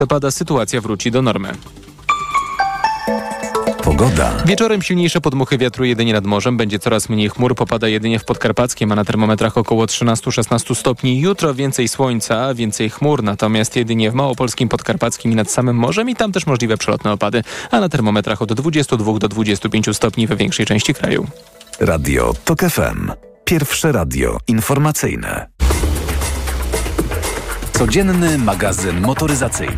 listopada sytuacja wróci do normy. Pogoda. Wieczorem silniejsze podmuchy wiatru jedynie nad morzem. Będzie coraz mniej chmur. Popada jedynie w Podkarpackiem, a na termometrach około 13-16 stopni. Jutro więcej słońca, więcej chmur. Natomiast jedynie w Małopolskim, Podkarpackim i nad samym morzem. I tam też możliwe przelotne opady. A na termometrach od 22 do 25 stopni we większej części kraju. Radio TOK FM. Pierwsze radio informacyjne. Codzienny magazyn motoryzacyjny.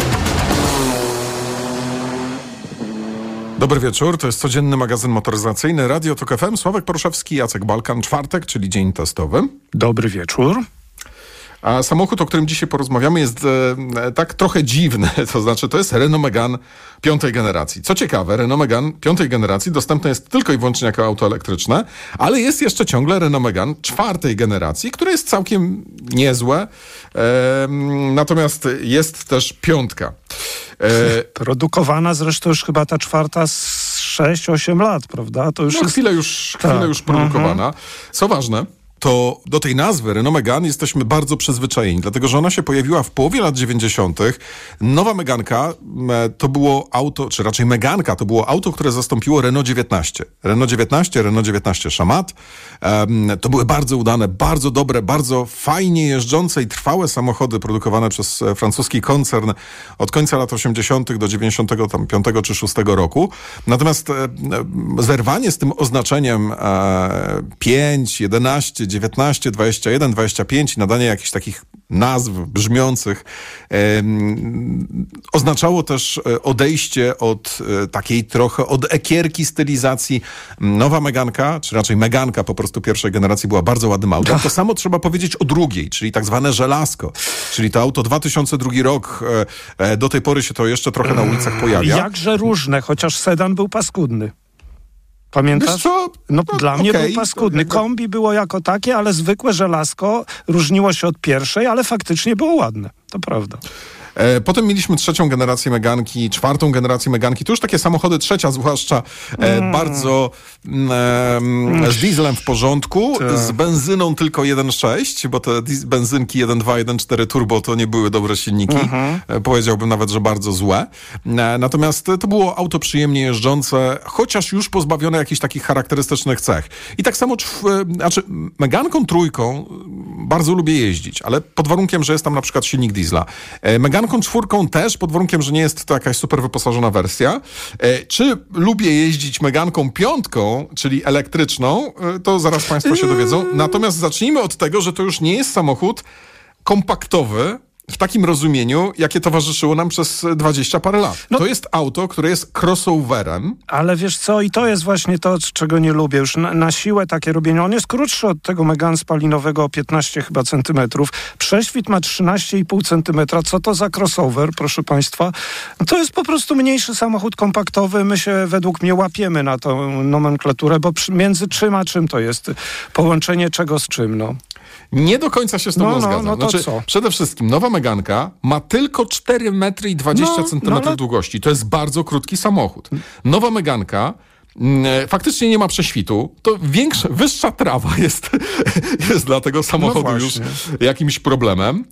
Dobry wieczór, to jest codzienny magazyn motoryzacyjny Radio TOK FM. Sławek Poruszewski, Jacek Balkan, czwartek, czyli dzień testowy. Dobry wieczór. A samochód, o którym dzisiaj porozmawiamy, jest tak trochę dziwny. To znaczy, to jest Renault Megane 5. generacji. Co ciekawe, Renault Megane 5. generacji dostępne jest tylko i wyłącznie jako auto elektryczne, ale jest jeszcze ciągle Renault Megane 4. generacji, które jest całkiem niezłe. Natomiast jest też 5. Produkowana zresztą już chyba ta 4. z 6-8 lat, prawda? To już jest... chwilę już produkowana. Co ważne, to do tej nazwy Renault Megane jesteśmy bardzo przyzwyczajeni, dlatego że ona się pojawiła w połowie lat 90. Nowa Meganka to było auto, czy raczej Meganka to było auto, które zastąpiło Renault 19. Renault 19 Chamat. To były bardzo udane, bardzo dobre, bardzo fajnie jeżdżące i trwałe samochody produkowane przez francuski koncern od końca lat 80. do 95 czy 6 roku. Natomiast zerwanie z tym oznaczeniem 5, 11, 19, 21, 25 i nadanie jakichś takich nazw brzmiących oznaczało też odejście od takiej trochę od ekierki stylizacji. Nowa Meganka, czy raczej Meganka po prostu 1. generacji była bardzo ładnym autem. To samo trzeba powiedzieć o drugiej, czyli tak zwane żelazko, czyli to auto 2002 rok. Do tej pory się to jeszcze trochę na ulicach pojawia. Jakże różne, chociaż sedan był paskudny. Pamiętasz? No, dla mnie był paskudny. Kombi było jako takie, ale zwykłe żelazko różniło się od pierwszej, ale faktycznie było ładne. To prawda. Potem mieliśmy 3. generację Meganki, 4. generację Meganki. To już takie samochody, 3. zwłaszcza, bardzo z dieslem w porządku, z benzyną tylko 1.6, bo te benzynki 1.2, 1.4 turbo to nie były dobre silniki. Powiedziałbym nawet, że bardzo złe. Natomiast to było auto przyjemnie jeżdżące, chociaż już pozbawione jakichś takich charakterystycznych cech. I tak samo Meganką 3 bardzo lubię jeździć, ale pod warunkiem, że jest tam na przykład silnik diesla. Meganką 4 też, pod warunkiem, że nie jest to jakaś super wyposażona wersja. Czy lubię jeździć Meganką 5, czyli elektryczną, to zaraz Państwo się dowiedzą. Natomiast zacznijmy od tego, że to już nie jest samochód kompaktowy, w takim rozumieniu, jakie towarzyszyło nam przez 20 parę lat. To jest auto, które jest crossoverem. Ale wiesz co, i to jest właśnie to, czego nie lubię. Już na siłę takie robienie. On jest krótszy od tego Megane spalinowego o 15 chyba centymetrów. Prześwit ma 13,5 centymetra. Co to za crossover, proszę Państwa? To jest po prostu mniejszy samochód kompaktowy. My się według mnie łapiemy na tą nomenklaturę, bo między czym a czym to jest? Połączenie czego z czym, no? Nie do końca się z tobą zgadzam. To co? Przede wszystkim nowa Meganka ma tylko 4 metry i 20 centymetrów długości. To jest bardzo krótki samochód. Nowa Meganka faktycznie nie ma prześwitu. To wyższa trawa jest dla tego samochodu już jakimś problemem.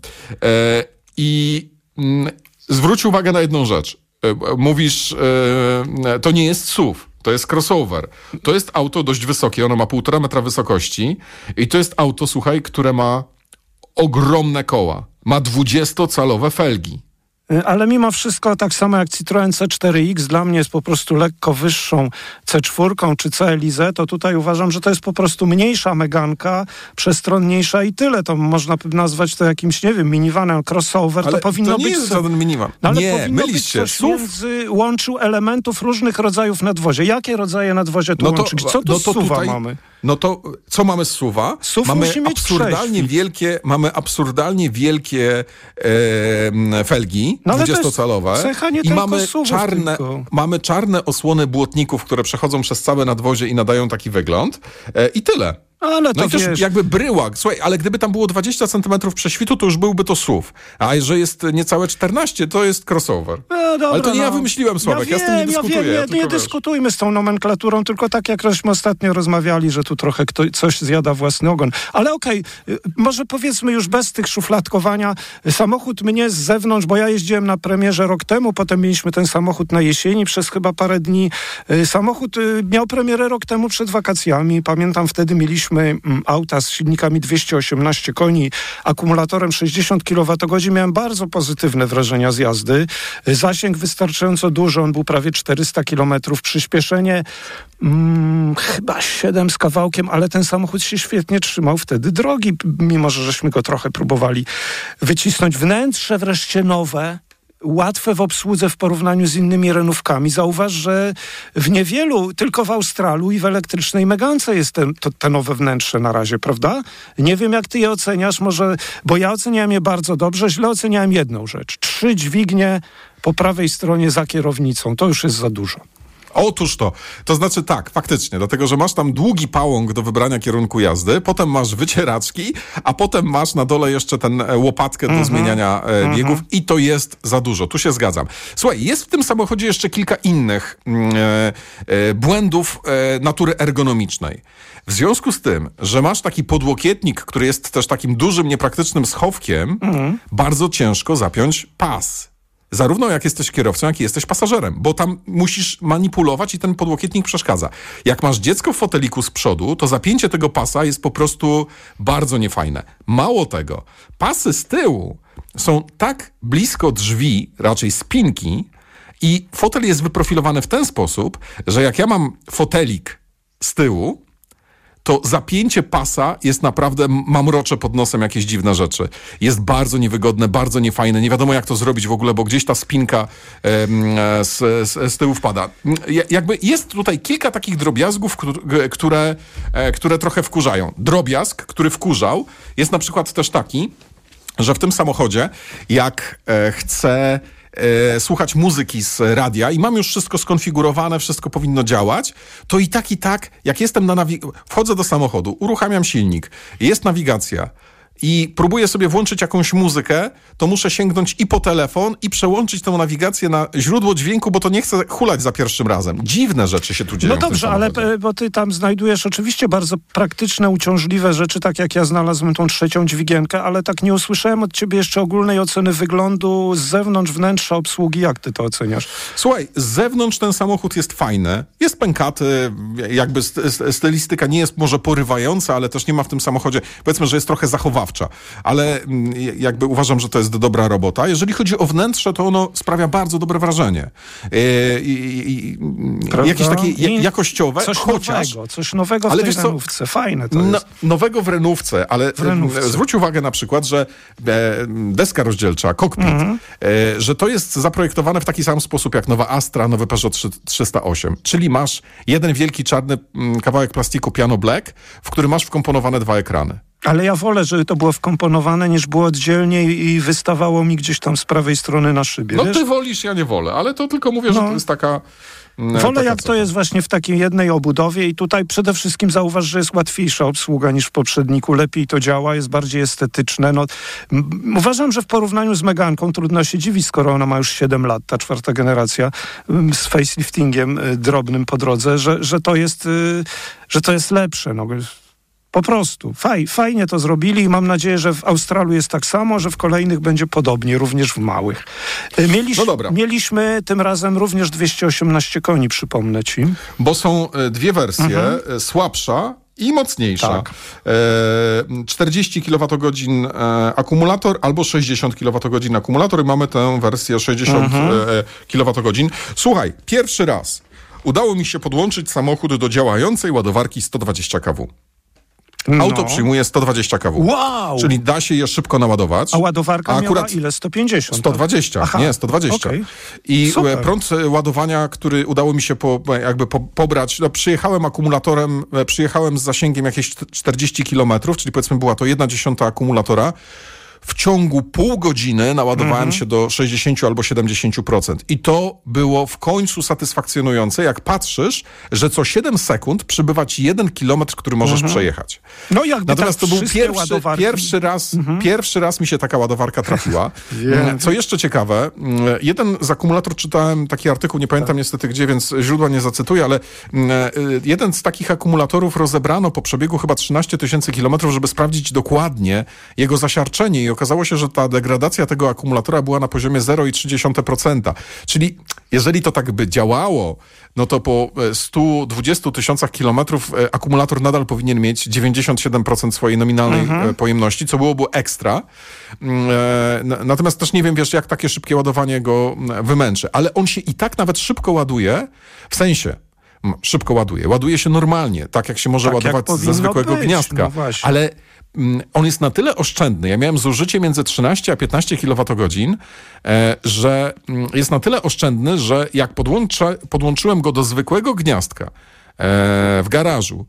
I zwróć uwagę na jedną rzecz. Mówisz, to nie jest SUV. To jest crossover. To jest auto dość wysokie, ono ma 1,5 metra wysokości i to jest auto, słuchaj, które ma ogromne koła. Ma 20-calowe felgi. Ale mimo wszystko, tak samo jak Citroen C4X dla mnie jest po prostu lekko wyższą C4 czy CLiZ, to tutaj uważam, że to jest po prostu mniejsza Meganka, przestronniejsza i tyle. To można nazwać to jakimś, nie wiem, minivanem, crossover. Ale to powinno to nie być jest żaden minivan. Ale nie, powinno mylisz być się. coś między łączył elementów różnych rodzajów nadwozia. Jakie rodzaje nadwozia tu łączyć? Co tu z SUV-a mamy? No to co mamy z SUV-a? SUV mamy musi mieć absurdalnie wielkie felgi 20-calowe i mamy czarne osłony błotników, które przechodzą przez całe nadwozie i nadają taki wygląd. I tyle. Ale to No i też wiesz, jakby bryła. Słuchaj, ale gdyby tam było 20 centymetrów prześwitu, to już byłby to SUV. A że jest niecałe 14, to jest crossover. dobra, ale to nie ja wymyśliłem, Sławek, ja z tym nie dyskutuję. Nie dyskutujmy z tą nomenklaturą, tylko tak jak żeśmy ostatnio rozmawiali, że tu trochę coś zjada własny ogon. Ale okej, może powiedzmy już bez tych szufladkowania. Samochód mnie z zewnątrz, bo ja jeździłem na premierze rok temu, potem mieliśmy ten samochód na jesieni przez chyba parę dni. Samochód miał premierę rok temu przed wakacjami. Pamiętam, wtedy mieliśmy auta z silnikami 218 koni, akumulatorem 60 kWh. Miałem bardzo pozytywne wrażenia z jazdy. Zasięg wystarczająco duży, on był prawie 400 km. Przyspieszenie chyba 7 z kawałkiem, ale ten samochód się świetnie trzymał wtedy drogi, mimo że żeśmy go trochę próbowali wycisnąć. Wnętrze wreszcie nowe, łatwe w obsłudze w porównaniu z innymi Renówkami. Zauważ, że w niewielu, tylko w Australu i w elektrycznej Megance jest te nowe wnętrze na razie, prawda? Nie wiem, jak ty je oceniasz, może, bo ja oceniałem je bardzo dobrze, źle oceniałem jedną rzecz. 3 dźwignie po prawej stronie za kierownicą. To już jest za dużo. Otóż to znaczy tak, faktycznie, dlatego, że masz tam długi pałąk do wybrania kierunku jazdy, potem masz wycieraczki, a potem masz na dole jeszcze ten łopatkę do zmieniania biegów i to jest za dużo, tu się zgadzam. Słuchaj, jest w tym samochodzie jeszcze kilka innych błędów natury ergonomicznej. W związku z tym, że masz taki podłokietnik, który jest też takim dużym, niepraktycznym schowkiem, bardzo ciężko zapiąć pas. Zarówno jak jesteś kierowcą, jak i jesteś pasażerem, bo tam musisz manipulować i ten podłokietnik przeszkadza. Jak masz dziecko w foteliku z przodu, to zapięcie tego pasa jest po prostu bardzo niefajne. Mało tego, pasy z tyłu są tak blisko drzwi, raczej spinki, i fotel jest wyprofilowany w ten sposób, że jak ja mam fotelik z tyłu, to zapięcie pasa jest naprawdę mamrocze pod nosem jakieś dziwne rzeczy. Jest niewygodne, bardzo niefajne. Nie wiadomo, jak to zrobić w ogóle, bo gdzieś ta spinka z tyłu wpada. Jakby jest tutaj kilka takich drobiazgów, które trochę wkurzają. Drobiazg, który wkurzał, jest na przykład też taki, że w tym samochodzie, jak chcę słuchać muzyki z radia i mam już wszystko skonfigurowane, wszystko powinno działać, to i tak, jak jestem wchodzę do samochodu, uruchamiam silnik, jest nawigacja i próbuję sobie włączyć jakąś muzykę, to muszę sięgnąć i po telefon i przełączyć tę nawigację na źródło dźwięku, bo to nie chcę hulać za pierwszym razem. Dziwne rzeczy się tu dzieją. No dobrze, ale bo ty tam znajdujesz oczywiście bardzo praktyczne, uciążliwe rzeczy, tak jak ja znalazłem tą 3. dźwigienkę, ale tak nie usłyszałem od ciebie jeszcze ogólnej oceny wyglądu z zewnątrz, wnętrza, obsługi. Jak ty to oceniasz? Słuchaj, z zewnątrz ten samochód jest fajny, jest pękaty, jakby stylistyka nie jest może porywająca, ale też nie ma w tym samochodzie, powiedzmy, że jest trochę zachowawcza. Ale jakby uważam, że to jest dobra robota. Jeżeli chodzi o wnętrze, to ono sprawia bardzo dobre wrażenie. Jakieś takie jakościowe. Coś nowego w tej Renówce. Fajne to jest. Nowego w Renówce, ale zwróć uwagę na przykład, że deska rozdzielcza, kokpit, że to jest zaprojektowane w taki sam sposób jak nowa Astra, nowy Peugeot 308. Czyli masz jeden wielki czarny kawałek plastiku Piano Black, w którym masz wkomponowane 2 ekrany. Ale ja wolę, żeby to było wkomponowane, niż było oddzielnie i wystawało mi gdzieś tam z prawej strony na szybie. No wiesz? Ty wolisz, ja nie wolę, ale to tylko mówię, że to jest taka... Wolę, jak to jest właśnie w takiej jednej obudowie i tutaj przede wszystkim zauważ, że jest łatwiejsza obsługa niż w poprzedniku. Lepiej to działa, jest bardziej estetyczne. Uważam, że w porównaniu z Meganką trudno się dziwić, skoro ona ma już 7 lat, ta 4. generacja z faceliftingiem drobnym po drodze, że to jest lepsze. Po prostu. Fajnie to zrobili i mam nadzieję, że w Australii jest tak samo, że w kolejnych będzie podobnie, również w małych. Mieliśmy tym razem również 218 koni, przypomnę ci. Bo są 2 wersje, słabsza i mocniejsza. Tak. 40 kWh akumulator albo 60 kWh akumulator i mamy tę wersję 60 kWh. Słuchaj, pierwszy raz udało mi się podłączyć samochód do działającej ładowarki 120 kW. Auto przyjmuje 120 kW. Wow! Czyli da się je szybko naładować. A ładowarka miała ile? 150? 120. Aha. Nie, 120. Okay. I super. Prąd ładowania, który udało mi się pobrać, przyjechałem akumulatorem, przyjechałem z zasięgiem jakieś 40 km, czyli powiedzmy była to 1/10 akumulatora. w ciągu pół godziny naładowałem się do 60 albo 70%. I to było w końcu satysfakcjonujące, jak patrzysz, że co 7 sekund przybywa ci 1 kilometr, który możesz przejechać. No jakby Natomiast tak to był pierwszy raz mi się taka ładowarka trafiła. Co jeszcze ciekawe, jeden z akumulator, czytałem taki artykuł, nie pamiętam niestety gdzie, więc źródła nie zacytuję, ale jeden z takich akumulatorów rozebrano po przebiegu chyba 13 000 kilometrów, żeby sprawdzić dokładnie jego zasiarczenie i okazało się, że ta degradacja tego akumulatora była na poziomie 0,3%. Czyli jeżeli to tak by działało, no to po 120 000 kilometrów akumulator nadal powinien mieć 97% swojej nominalnej pojemności, co byłoby ekstra. Natomiast też nie wiem, wiesz, jak takie szybkie ładowanie go wymęczy. Ale on się i tak nawet szybko ładuje, w sensie szybko ładuje. Ładuje się normalnie, tak jak się może ładować ze zwykłego gniazdka. No ale on jest na tyle oszczędny. Ja miałem zużycie między 13 a 15 kWh, że jest na tyle oszczędny, że jak podłączyłem go do zwykłego gniazdka w garażu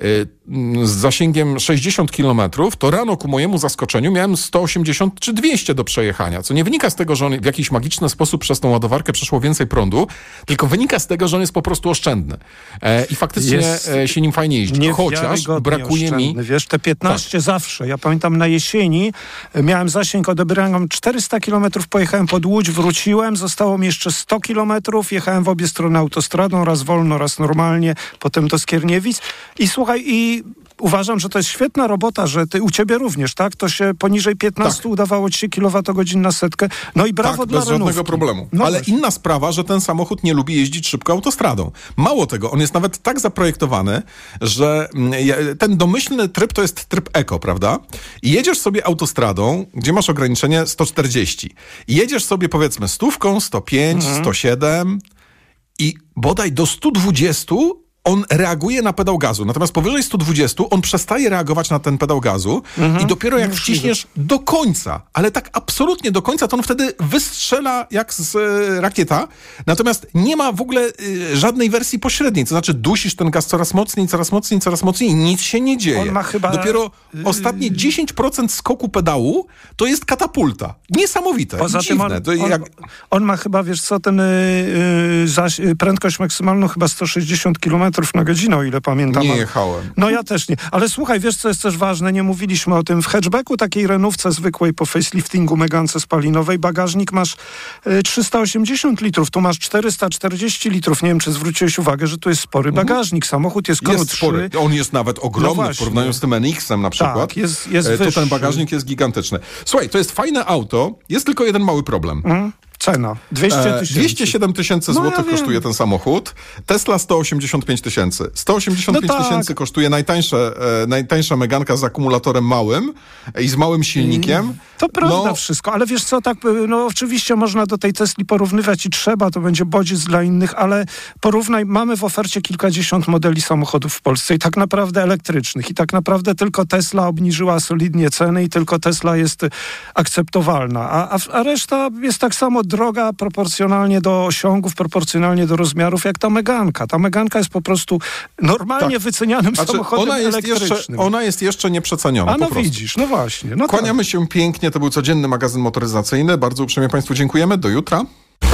z zasięgiem 60 km, to rano ku mojemu zaskoczeniu miałem 180 czy 200 do przejechania, co nie wynika z tego, że on w jakiś magiczny sposób przez tą ładowarkę przeszło więcej prądu, tylko wynika z tego, że on jest po prostu oszczędny. I faktycznie się nim fajnie jeździ. Chociaż brakuje mi... Wiesz, te 15 zawsze. Ja pamiętam na jesieni miałem zasięg, odebrałem 400 km, pojechałem pod Łódź, wróciłem, zostało mi jeszcze 100 km, jechałem w obie strony autostradą, raz wolno, raz normalnie, potem do Skierniewic i słuchaj, i uważam, że to jest świetna robota, że u ciebie również, tak? To się poniżej 15 udawało ci się kilowatogodzin na setkę. No i brawo dla bez żadnego problemu. No ale właśnie. Inna sprawa, że ten samochód nie lubi jeździć szybko autostradą. Mało tego, on jest nawet tak zaprojektowany, że ten domyślny tryb to jest tryb eko, prawda? I jedziesz sobie autostradą, gdzie masz ograniczenie 140. I jedziesz sobie powiedzmy 100, 105, 107 i bodaj do 120 on reaguje na pedał gazu. Natomiast powyżej 120 on przestaje reagować na ten pedał gazu i dopiero jak wciśniesz do końca, ale tak absolutnie do końca, to on wtedy wystrzela jak z rakieta. Natomiast nie ma w ogóle żadnej wersji pośredniej. To znaczy dusisz ten gaz coraz mocniej, coraz mocniej, coraz mocniej i nic się nie dzieje. On ma chyba... Dopiero ostatnie 10% skoku pedału to jest katapulta. Niesamowite. Poza dziwne. tym on ma chyba, wiesz co, prędkość maksymalną chyba 160 km na godzinę, o ile pamiętam. Nie jechałem. No ja też nie. Ale słuchaj, wiesz co jest też ważne, nie mówiliśmy o tym. W hatchbacku takiej Renówce zwykłej po faceliftingu Megance spalinowej bagażnik masz 380 litrów, tu masz 440 litrów. Nie wiem, czy zwróciłeś uwagę, że tu jest spory bagażnik. Samochód jest krótszy. Jest spory. On jest nawet ogromny w porównaniu z tym NX-em na przykład. Tak, jest wyższy. To ten bagażnik jest gigantyczny. Słuchaj, to jest fajne auto. Jest tylko jeden mały problem. Cena. 207 000 złotych kosztuje ten samochód. Tesla 185 000. 185 000 kosztuje najtańsza Meganka z akumulatorem małym i z małym silnikiem. To prawda wszystko, ale wiesz co, tak, no oczywiście można do tej Tesli porównywać i trzeba, to będzie bodziec dla innych, ale porównaj, mamy w ofercie kilkadziesiąt modeli samochodów w Polsce i tak naprawdę elektrycznych i tak naprawdę tylko Tesla obniżyła solidnie ceny i tylko Tesla jest akceptowalna, a reszta jest tak samo droga proporcjonalnie do osiągów, proporcjonalnie do rozmiarów, jak ta Meganka. Ta Meganka jest po prostu normalnie wycenianym samochodem elektrycznym. Ona jest jeszcze nieprzeceniona. A no widzisz, no właśnie. No kłaniamy się pięknie, to był codzienny magazyn motoryzacyjny. Bardzo uprzejmie Państwu dziękujemy. Do jutra.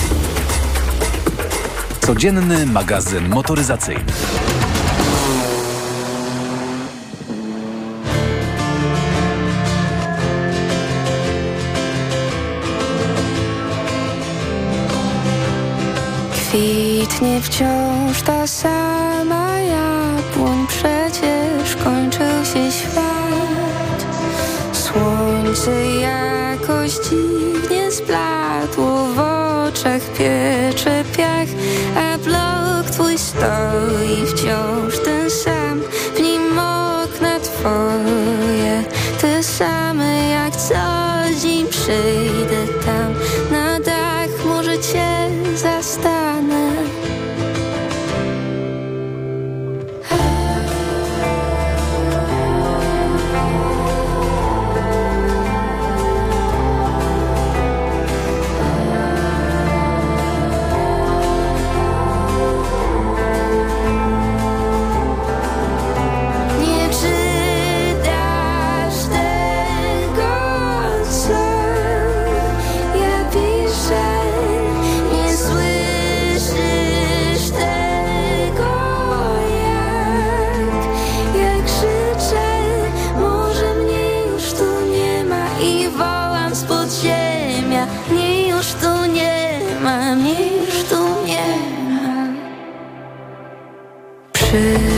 Codzienny magazyn motoryzacyjny. Kwitnie wciąż ta sama jabłoń, przecież kończył się świat. Słońce jakoś dziwnie zbladło, w oczach piecze piach, a blok twój stoi wciąż ten sam, w nim okna twoje, te same jak co dzień przyjdę tam na dach, może cię zastanę. Nie czytasz tego, co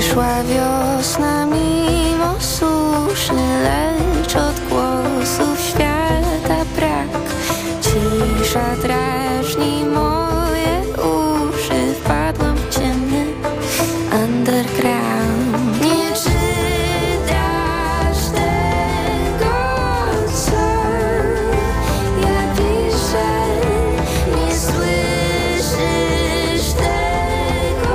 Przyszła wiosna mimo suszy, lecz odgłosów świata brak. Cisza drażni moje uszy, wpadłam w ciemny underground. Nie czytasz tego, co ja piszę, nie słyszysz tego,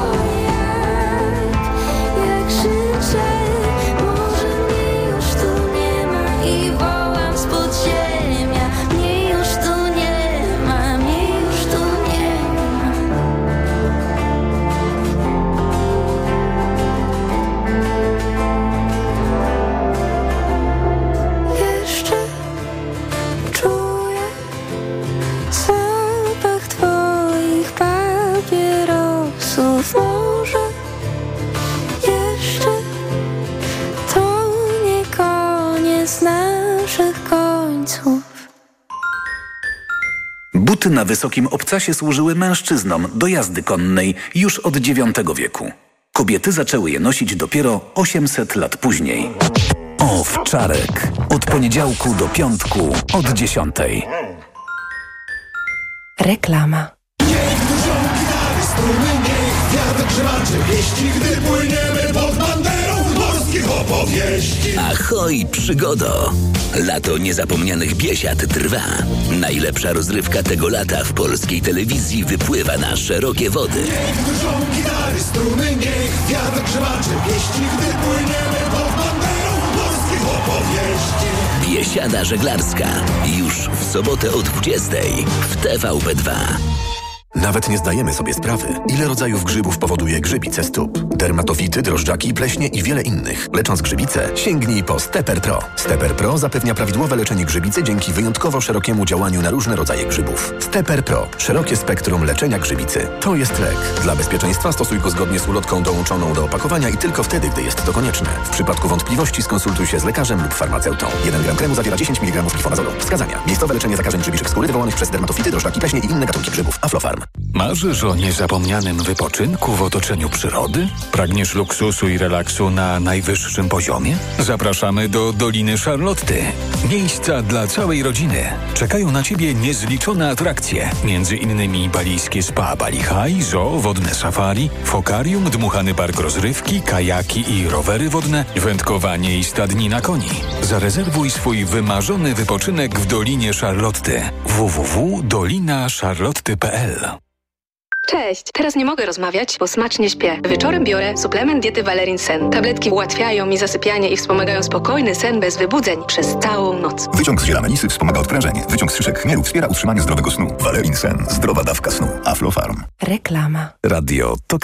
jak krzyczę. Może mnie już tu nie ma i wołam z podziemia. Mnie już tu nie ma, mnie już tu nie ma. Jeszcze czuję zapach twoich papierosów. Może jeszcze to nie koniec naszych końców. Buty na wysokim obcasie służyły mężczyznom do jazdy konnej już od IX wieku. Kobiety zaczęły je nosić dopiero 800 lat później. Owczarek. Od poniedziałku do piątku od 10. Reklama. Ahoj, przygodo! Lato niezapomnianych biesiad trwa. Najlepsza rozrywka tego lata w polskiej telewizji wypływa na szerokie wody. Biesiada żeglarska. Już w sobotę o 20:00 w TVP2. Nawet nie zdajemy sobie sprawy, ile rodzajów grzybów powoduje grzybice stóp. Dermatofity, drożdżaki, pleśnie i wiele innych. Lecząc grzybice, sięgnij po Stepper Pro. Stepper Pro zapewnia prawidłowe leczenie grzybicy dzięki wyjątkowo szerokiemu działaniu na różne rodzaje grzybów. Stepper Pro. Szerokie spektrum leczenia grzybicy. To jest lek. Dla bezpieczeństwa stosuj go zgodnie z ulotką dołączoną do opakowania i tylko wtedy, gdy jest to konieczne. W przypadku wątpliwości skonsultuj się z lekarzem lub farmaceutą. 1 gram kremu zawiera 10 mg glifonazolu. Wskazania. Miejscowe leczenie zakażeń grzybiczych skóry wywołanych przez dermatofity, drożdżaki, pleśnie i inne gatunki grzybów. Aflofarm. Marzysz o niezapomnianym wypoczynku w otoczeniu przyrody? Pragniesz luksusu i relaksu na najwyższym poziomie? Zapraszamy do Doliny Charlotty. Miejsca dla całej rodziny. Czekają na Ciebie niezliczone atrakcje. Między innymi balijskie spa Bali High, zoo, wodne safari, fokarium, dmuchany park rozrywki, kajaki i rowery wodne, wędkowanie i stadnina koni. Zarezerwuj swój wymarzony wypoczynek w Dolinie Charlotty. www.dolinacharlotty.pl. Cześć, teraz nie mogę rozmawiać, bo smacznie śpię. Wieczorem biorę suplement diety Valerin Sen. Tabletki ułatwiają mi zasypianie i wspomagają spokojny sen bez wybudzeń przez całą noc. Wyciąg z ziela melisy wspomaga odprężenie. Wyciąg z szyszek chmielu wspiera utrzymanie zdrowego snu. Valerin Sen. Zdrowa dawka snu. Aflofarm. Reklama. Radio TOK